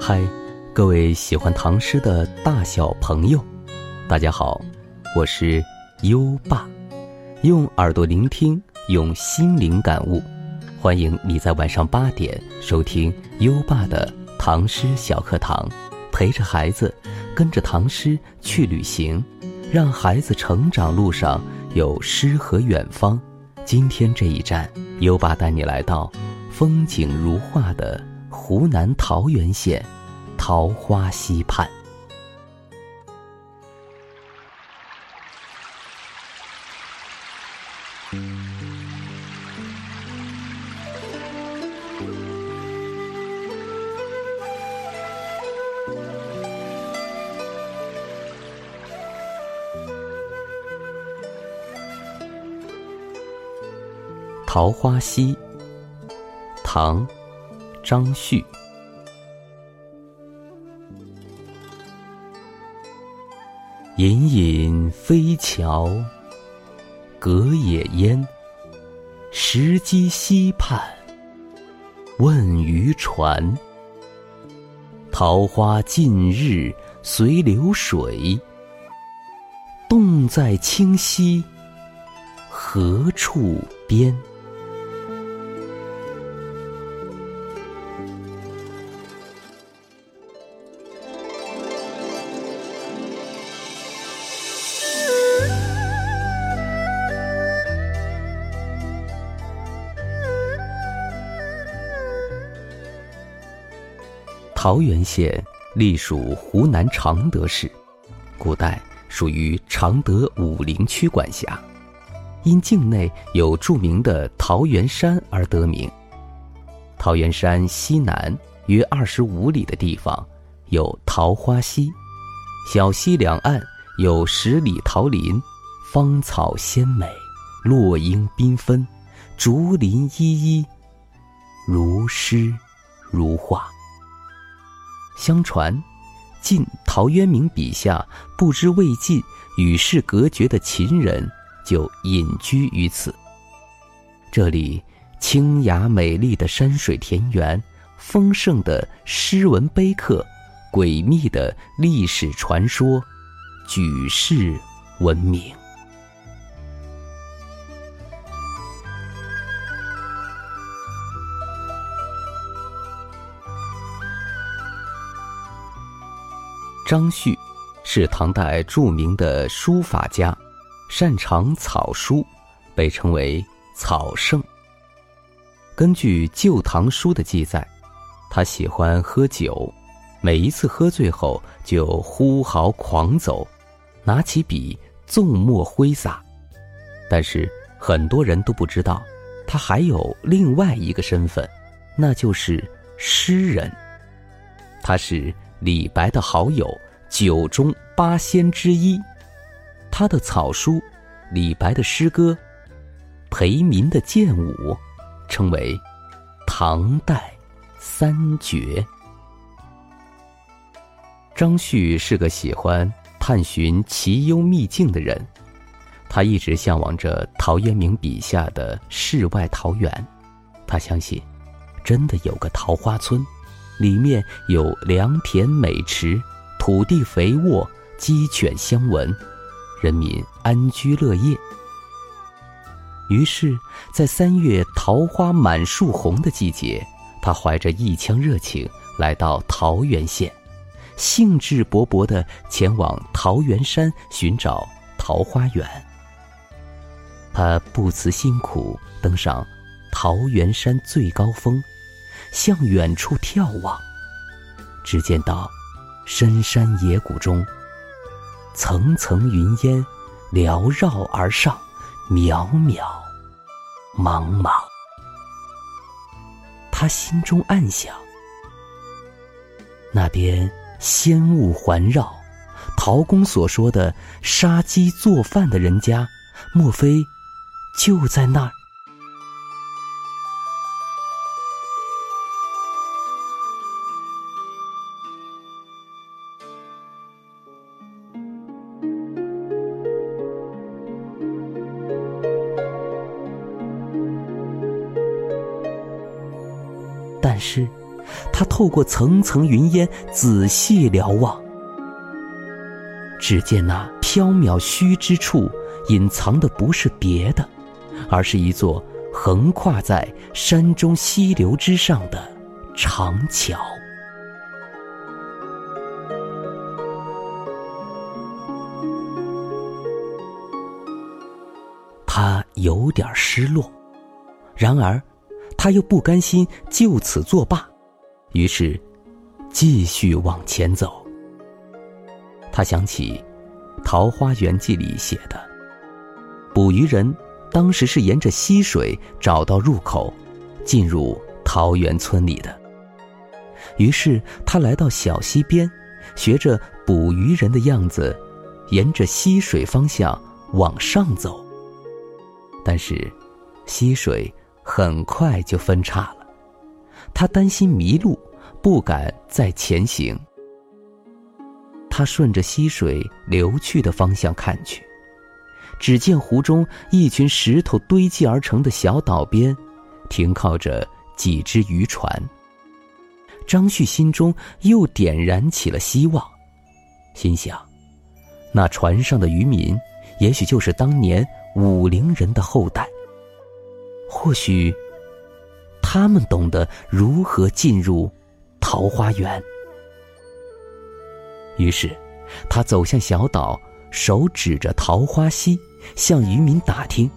嗨，各位喜欢唐诗的大小朋友，大家好，我是优爸，用耳朵聆听，用心灵感悟，欢迎你在晚上8点收听优爸的唐诗小课堂，陪着孩子，跟着唐诗去旅行，让孩子成长路上有诗和远方。今天这一站，优爸带你来到风景如画的湖南桃源县桃花溪畔。桃花溪，唐，张旭。隐隐飞桥，隔野烟。石矶溪畔，问渔船。桃花尽日随流水，洞在清溪，何处边？桃源县隶属湖南常德市，古代属于常德武陵区管辖，因境内有著名的桃源山而得名。桃源山西南约25里的地方有桃花溪，小溪两岸有10里桃林，芳草鲜美，落英缤纷，竹林依依，如诗如画。相传，晋陶渊明笔下不知未尽、与世隔绝的秦人就隐居于此。这里清雅美丽的山水田园，丰盛的诗文碑刻，诡秘的历史传说，举世闻名。张旭是唐代著名的书法家，擅长草书，被称为草圣。根据《旧唐书》的记载，他喜欢喝酒，每一次喝醉后就呼号狂走，拿起笔纵墨挥洒。但是很多人都不知道，他还有另外一个身份，那就是诗人。他是李白的好友，9中8仙之一。他的草书，李白的诗歌，裴民的剑舞，称为唐代3绝。张旭是个喜欢探寻奇幽秘境的人，他一直向往着陶渊明笔下的世外桃源。他相信，真的有个桃花村，里面有良田美池，土地肥沃，鸡犬相闻，人民安居乐业。于是在3月桃花满树红的季节，他怀着一腔热情来到桃源县，兴致勃勃地前往桃源山寻找桃花源。他不辞辛苦登上桃源山最高峰，向远处眺望，只见到深山野谷中，层层云烟缭绕而上，渺渺茫茫。他心中暗想，那边仙雾环绕，陶公所说的杀鸡做饭的人家，莫非就在那儿？但是他透过层层云烟仔细瞭望，只见那缥缈虚之处隐藏的不是别的，而是一座横跨在山中溪流之上的长桥。他有点失落，然而他又不甘心就此作罢，于是继续往前走。他想起《桃花源记》里写的，捕鱼人当时是沿着溪水找到入口，进入桃源村里的。于是他来到小溪边，学着捕鱼人的样子，沿着溪水方向往上走。但是溪水很快就分叉了，他担心迷路，不敢再前行。他顺着溪水流去的方向看去，只见湖中一群石头堆积而成的小岛边停靠着几只渔船。张旭心中又点燃起了希望，心想那船上的渔民也许就是当年武陵人的后代，或许他们懂得如何进入桃花源。于是他走向小岛，手指着桃花溪，向渔民打听：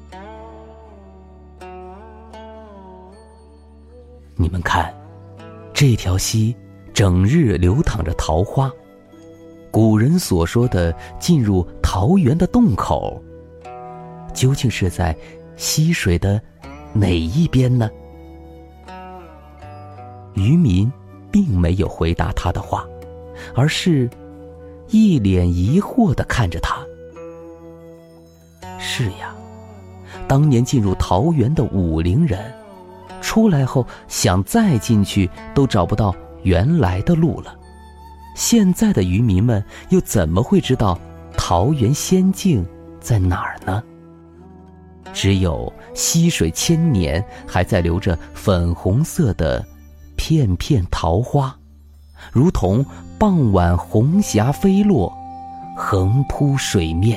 你们看，这条溪整日流淌着桃花，古人所说的进入桃源的洞口，究竟是在溪水的哪一边呢？渔民并没有回答他的话，而是一脸疑惑地看着他。是呀，当年进入桃源的武陵人，出来后想再进去都找不到原来的路了。现在的渔民们又怎么会知道桃源仙境在哪儿呢？只有溪水千年还在流着粉红色的片片桃花，如同傍晚红霞飞落，横铺水面，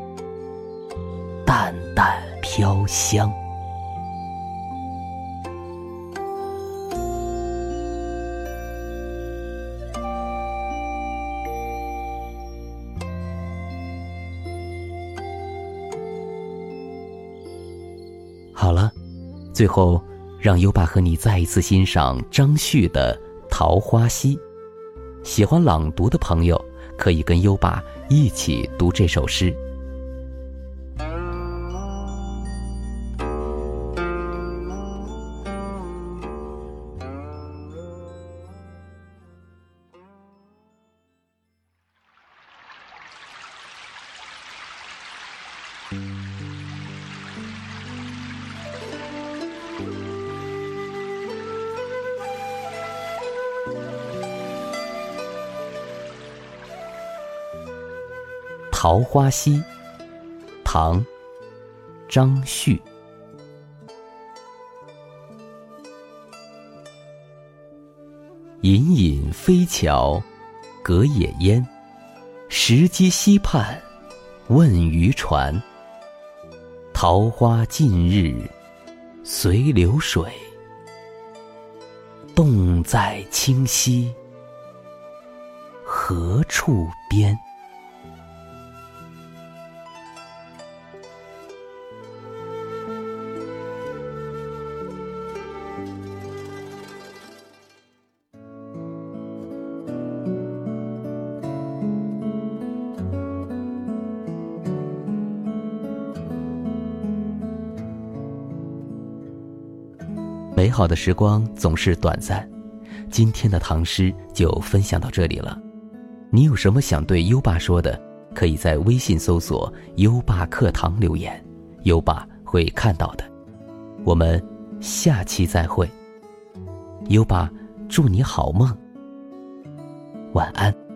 淡淡飘香。好了，最后让优爸和你再一次欣赏张旭的《桃花溪》。喜欢朗读的朋友可以跟优爸一起读这首诗。桃花溪，唐·张旭。隐隐飞桥，隔野烟，石阶溪畔，问渔船。桃花尽日随流水，洞在清溪何处边？美好的时光总是短暂，今天的唐诗就分享到这里了。你有什么想对优爸说的，可以在微信搜索优爸课堂留言，优爸会看到的。我们下期再会。优爸祝你好梦，晚安。